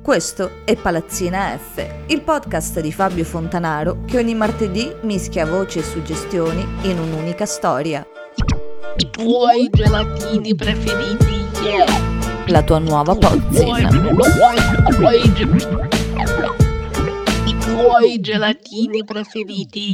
Questo è Palazzina F, il podcast di Fabio Fontanaro che ogni martedì mischia voci e suggestioni in un'unica storia. I tuoi gelatini preferiti, La tua nuova pozzina. I tuoi gelatini preferiti.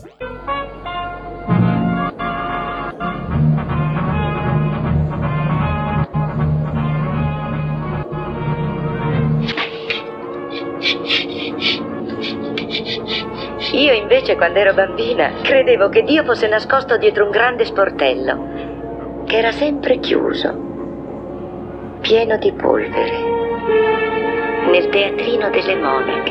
Io invece, quando ero bambina, credevo che Dio fosse nascosto dietro un grande sportello, che era sempre chiuso, pieno di polvere, nel teatrino delle monache.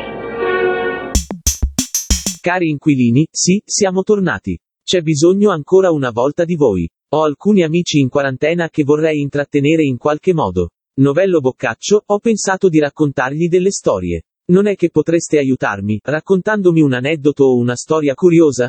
Cari inquilini, sì, siamo tornati. C'è bisogno ancora una volta di voi. Ho alcuni amici in quarantena che vorrei intrattenere in qualche modo. Novello Boccaccio, ho pensato di raccontargli delle storie. Non è che potreste aiutarmi, raccontandomi un aneddoto o una storia curiosa?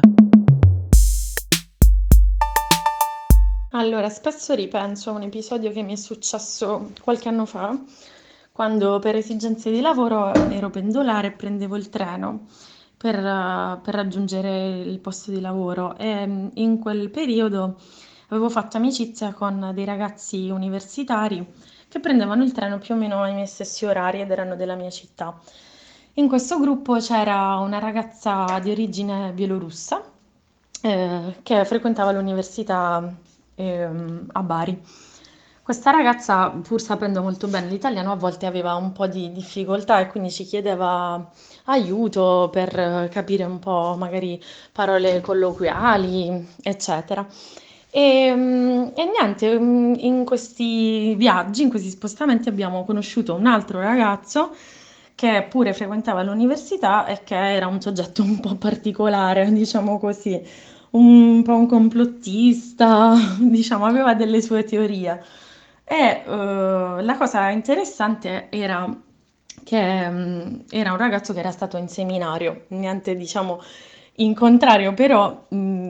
Allora, spesso ripenso a un episodio che mi è successo qualche anno fa, quando per esigenze di lavoro ero pendolare e prendevo il treno per raggiungere il posto di lavoro e in quel periodo avevo fatto amicizia con dei ragazzi universitari che prendevano il treno più o meno ai miei stessi orari ed erano della mia città. In questo gruppo c'era una ragazza di origine bielorussa che frequentava l'università a Bari. Questa ragazza, pur sapendo molto bene l'italiano, a volte aveva un po' di difficoltà e quindi ci chiedeva aiuto per capire un po' magari parole colloquiali, eccetera. E niente, in questi viaggi, in questi spostamenti abbiamo conosciuto un altro ragazzo che pure frequentava l'università e che era un soggetto un po' particolare, diciamo così, un po' un complottista, diciamo, aveva delle sue teorie. La cosa interessante era che era un ragazzo che era stato in seminario, niente, diciamo, in contrario, però,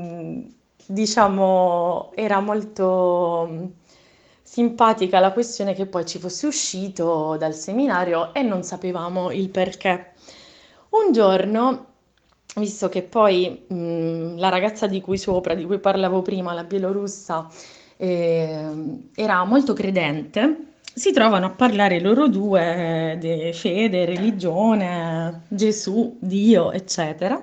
diciamo, era molto simpatica la questione che poi ci fosse uscito dal seminario e non sapevamo il perché. Un giorno, visto che poi la ragazza di cui parlavo prima, la bielorussa, era molto credente, si trovano a parlare loro due di fede, religione, Gesù, Dio, eccetera.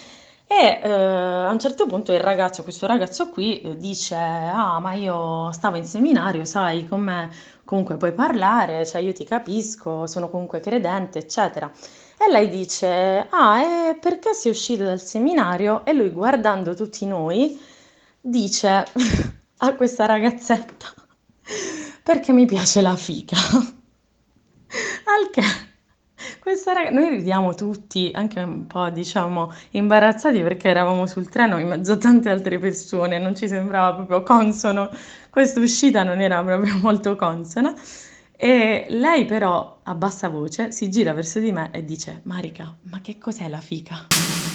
A un certo punto questo ragazzo qui, dice: Ah, ma io stavo in seminario, sai, con me comunque puoi parlare, cioè io ti capisco, sono comunque credente, eccetera. E lei dice: Ah, e perché sei uscito dal seminario? E lui, guardando tutti noi, dice a questa ragazzetta: Perché mi piace la fica. Al che noi ridiamo tutti, anche un po', diciamo, imbarazzati perché eravamo sul treno in mezzo a tante altre persone, non ci sembrava proprio consono, questa uscita non era proprio molto consona. E lei però a bassa voce si gira verso di me e dice: Marica, ma che cos'è la fica?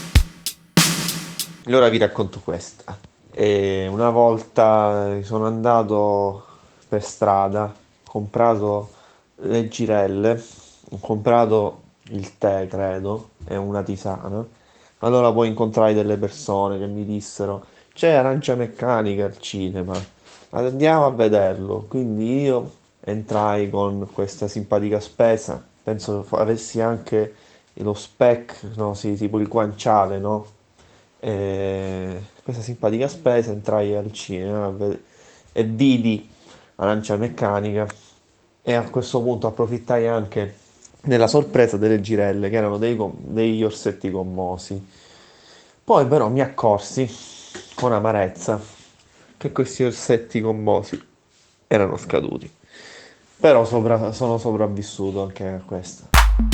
Allora vi racconto questa. Una volta sono andato per strada, ho comprato le girelle, ho comprato il tè, credo, e una tisana. Allora poi incontrai delle persone che mi dissero: c'è Arancia Meccanica al cinema, andiamo a vederlo. Quindi io entrai con questa simpatica spesa, penso avessi anche lo spec, no? Sì, tipo il guanciale, no? Questa simpatica spesa entrai al cinema e vidi Arancia Meccanica e a questo punto approfittai anche della sorpresa delle girelle che erano degli orsetti gommosi. Poi però mi accorsi con amarezza che questi orsetti gommosi erano scaduti. Però sono sopravvissuto anche a questo.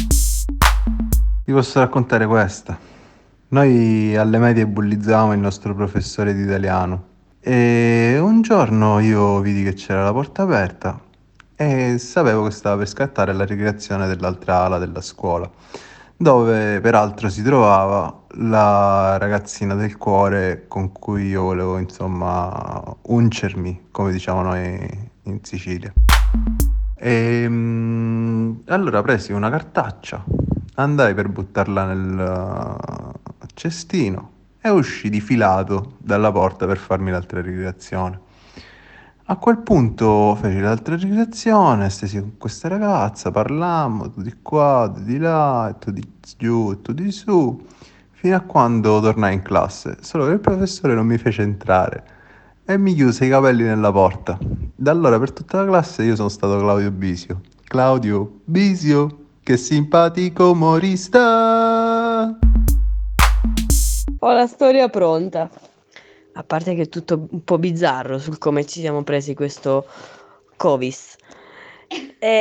Ti posso raccontare questa. Noi alle medie bullizzavamo il nostro professore di italiano e un giorno io vidi che c'era la porta aperta e sapevo che stava per scattare la ricreazione dell'altra ala della scuola, dove peraltro si trovava la ragazzina del cuore con cui io volevo, insomma, uncermi, come diciamo noi in Sicilia. Allora presi una cartaccia, andai per buttarla nel cestino e uscì difilato dalla porta per farmi l'altra ricreazione. A quel punto feci l'altra ricreazione, stesi con questa ragazza, parlammo, tu di qua, tu di là, e tu di giù, e tu di su, fino a quando tornai in classe, solo che il professore non mi fece entrare e mi chiuse i capelli nella porta. Da allora per tutta la classe io sono stato Claudio Bisio. Claudio Bisio, che simpatico umorista! Ho la storia pronta. A parte che è tutto un po' bizzarro sul come ci siamo presi questo Covis. E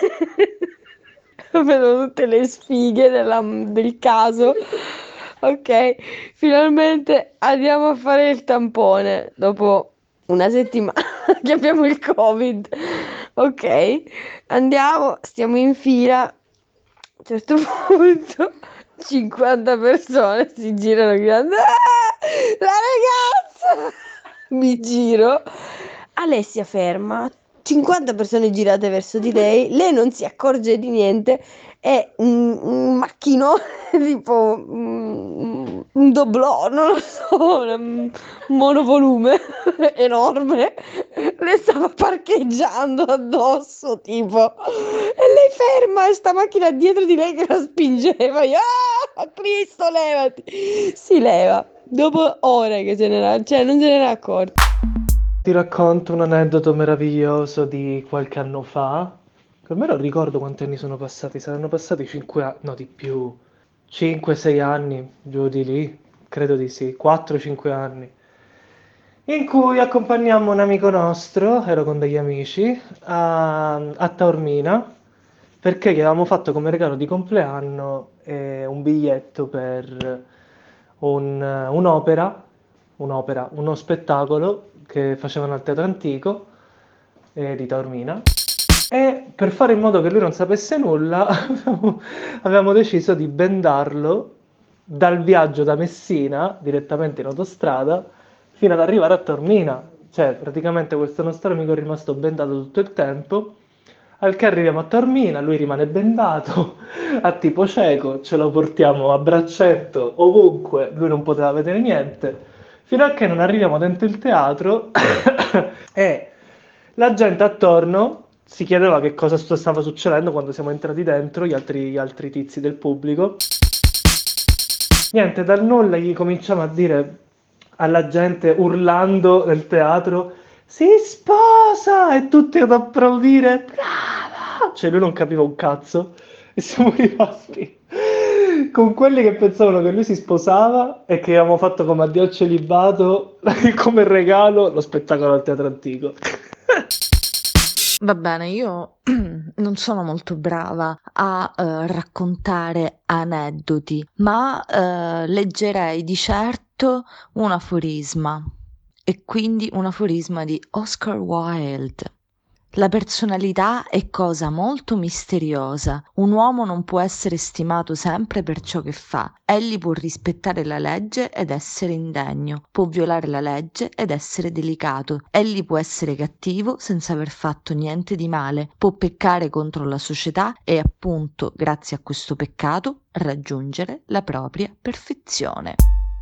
vedo tutte le sfighe del caso. Ok, finalmente andiamo a fare il tampone dopo una settimana che abbiamo il Covid. Ok, andiamo, stiamo in fila. A un certo punto 50 persone si girano gridando "Ah, la ragazza!" Mi giro, Alessia ferma, 50 persone girate verso di lei non si accorge di niente, è un macchinone tipo un doblò, non lo so, un monovolume enorme, le stava parcheggiando addosso tipo, e lei ferma e sta macchina dietro di lei che la spingeva. Io, ah, Cristo, levati! Si leva dopo ore che cioè non se n'era accorto. Ti racconto un aneddoto meraviglioso di qualche anno fa. Ormai non ricordo quanti anni sono passati, saranno passati 5 anni, no di più, 5-6 anni, giù di lì, credo di sì, 4-5 anni, in cui accompagnammo un amico nostro, ero con degli amici, a Taormina, perché gli avevamo fatto come regalo di compleanno un biglietto per uno spettacolo che facevano al Teatro Antico di Taormina. E per fare in modo che lui non sapesse nulla, avevamo deciso di bendarlo dal viaggio da Messina, direttamente in autostrada, fino ad arrivare a Taormina. Cioè, praticamente questo nostro amico è rimasto bendato tutto il tempo, al che arriviamo a Taormina, lui rimane bendato, a tipo cieco, ce lo portiamo a braccetto ovunque, lui non poteva vedere niente, fino a che non arriviamo dentro il teatro e la gente attorno si chiedeva che cosa stava succedendo quando siamo entrati dentro, gli altri tizi del pubblico. Niente, dal nulla gli cominciamo a dire alla gente, urlando nel teatro, si sposa! E tutti ad applaudire, brava! Cioè lui non capiva un cazzo e siamo rimasti con quelli che pensavano che lui si sposava e che avevamo fatto come addio al celibato, come regalo, lo spettacolo al Teatro Antico. Va bene, io non sono molto brava a raccontare aneddoti, ma leggerei di certo un aforisma, e quindi un aforisma di Oscar Wilde. La personalità è cosa molto misteriosa. Un uomo non può essere stimato sempre per ciò che fa. Egli può rispettare la legge ed essere indegno, può violare la legge ed essere delicato. Egli può essere cattivo senza aver fatto niente di male, può peccare contro la società e appunto, grazie a questo peccato, raggiungere la propria perfezione.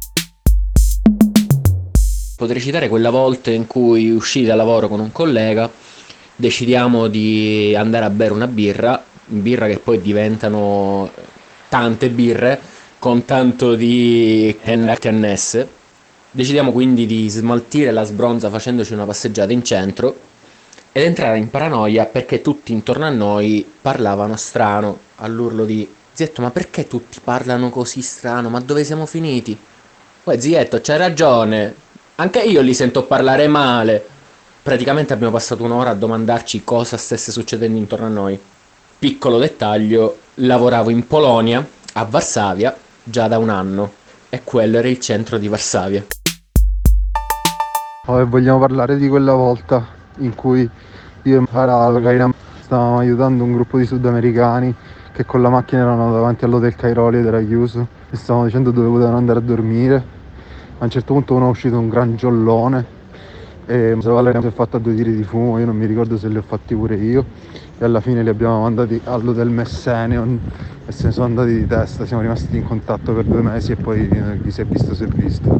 Potrei citare quella volta in cui uscii da lavoro con un collega, decidiamo di andare a bere una birra che poi diventano tante birre con tanto di NS. Decidiamo quindi di smaltire la sbronza facendoci una passeggiata in centro ed entrare in paranoia perché tutti intorno a noi parlavano strano, all'urlo di "Zietto, ma perché tutti parlano così strano? Ma dove siamo finiti?" Poi zietto, c'hai ragione, anche io li sento parlare male. Praticamente abbiamo passato un'ora a domandarci cosa stesse succedendo intorno a noi. Piccolo dettaglio, lavoravo in Polonia, a Varsavia, già da un anno, e quello era il centro di Varsavia. Vogliamo parlare di quella volta in cui io e Caira stavamo aiutando un gruppo di sudamericani che con la macchina erano davanti all'hotel Cairoli ed era chiuso e stavamo dicendo dove potevano andare a dormire. A un certo punto uno è uscito un gran giollone e Valeria si è fatta 2 tiri di fumo, io non mi ricordo se li ho fatti pure io, e alla fine li abbiamo mandati all'Hotel Messenion e se ne sono andati di testa. Siamo rimasti in contatto per 2 mesi e poi chi si è visto.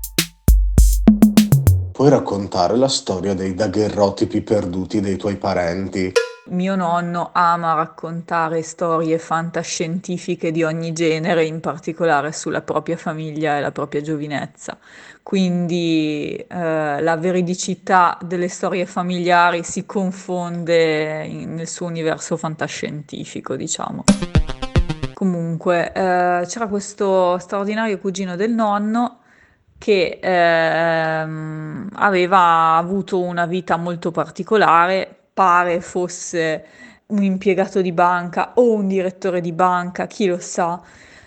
Puoi raccontare la storia dei daguerrotipi perduti dei tuoi parenti? Mio nonno ama raccontare storie fantascientifiche di ogni genere, in particolare sulla propria famiglia e la propria giovinezza. Quindi la veridicità delle storie familiari si confonde nel suo universo fantascientifico, diciamo. Comunque, c'era questo straordinario cugino del nonno che aveva avuto una vita molto particolare, pare fosse un impiegato di banca o un direttore di banca, chi lo sa.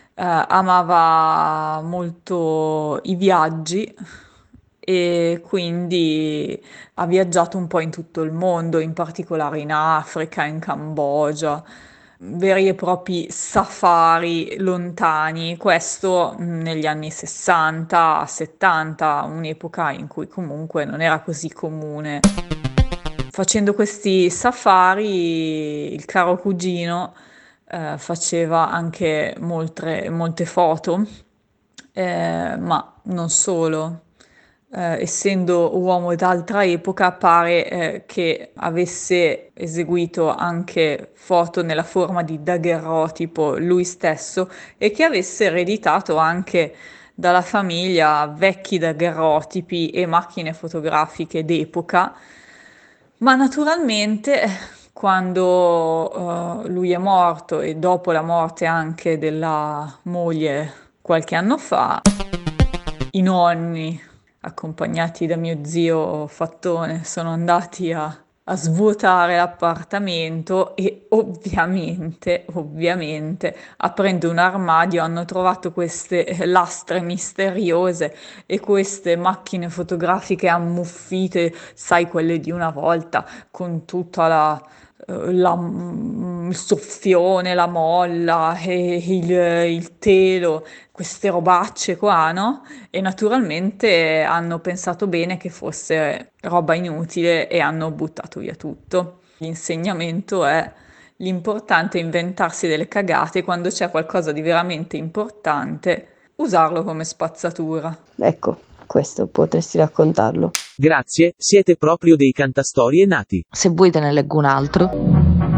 Amava molto i viaggi e quindi ha viaggiato un po' in tutto il mondo, in particolare in Africa, in Cambogia, veri e propri safari lontani, questo negli anni 60, 70, un'epoca in cui comunque non era così comune. Facendo questi safari, il caro cugino faceva anche molte foto, ma non solo. Essendo uomo d'altra epoca, pare che avesse eseguito anche foto nella forma di daguerrotipo lui stesso e che avesse ereditato anche dalla famiglia vecchi daguerrotipi e macchine fotografiche d'epoca. Ma naturalmente quando lui è morto e dopo la morte anche della moglie qualche anno fa, i nonni, accompagnati da mio zio Fattone, sono andati a svuotare l'appartamento e ovviamente, aprendo un armadio hanno trovato queste lastre misteriose e queste macchine fotografiche ammuffite, sai, quelle di una volta, con tutta il soffione, la molla e il telo, queste robacce qua, no? E naturalmente hanno pensato bene che fosse roba inutile e hanno buttato via tutto. L'insegnamento è: l'importante è inventarsi delle cagate, quando c'è qualcosa di veramente importante, usarlo come spazzatura. Ecco, questo potresti raccontarlo. Grazie, siete proprio dei cantastorie nati. Se vuoi te ne leggo un altro.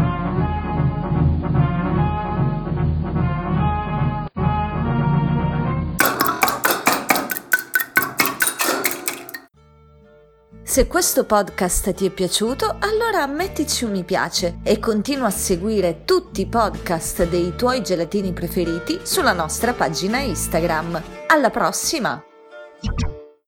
Se questo podcast ti è piaciuto, allora mettici un mi piace e continua a seguire tutti i podcast dei tuoi gelatini preferiti sulla nostra pagina Instagram. Alla prossima!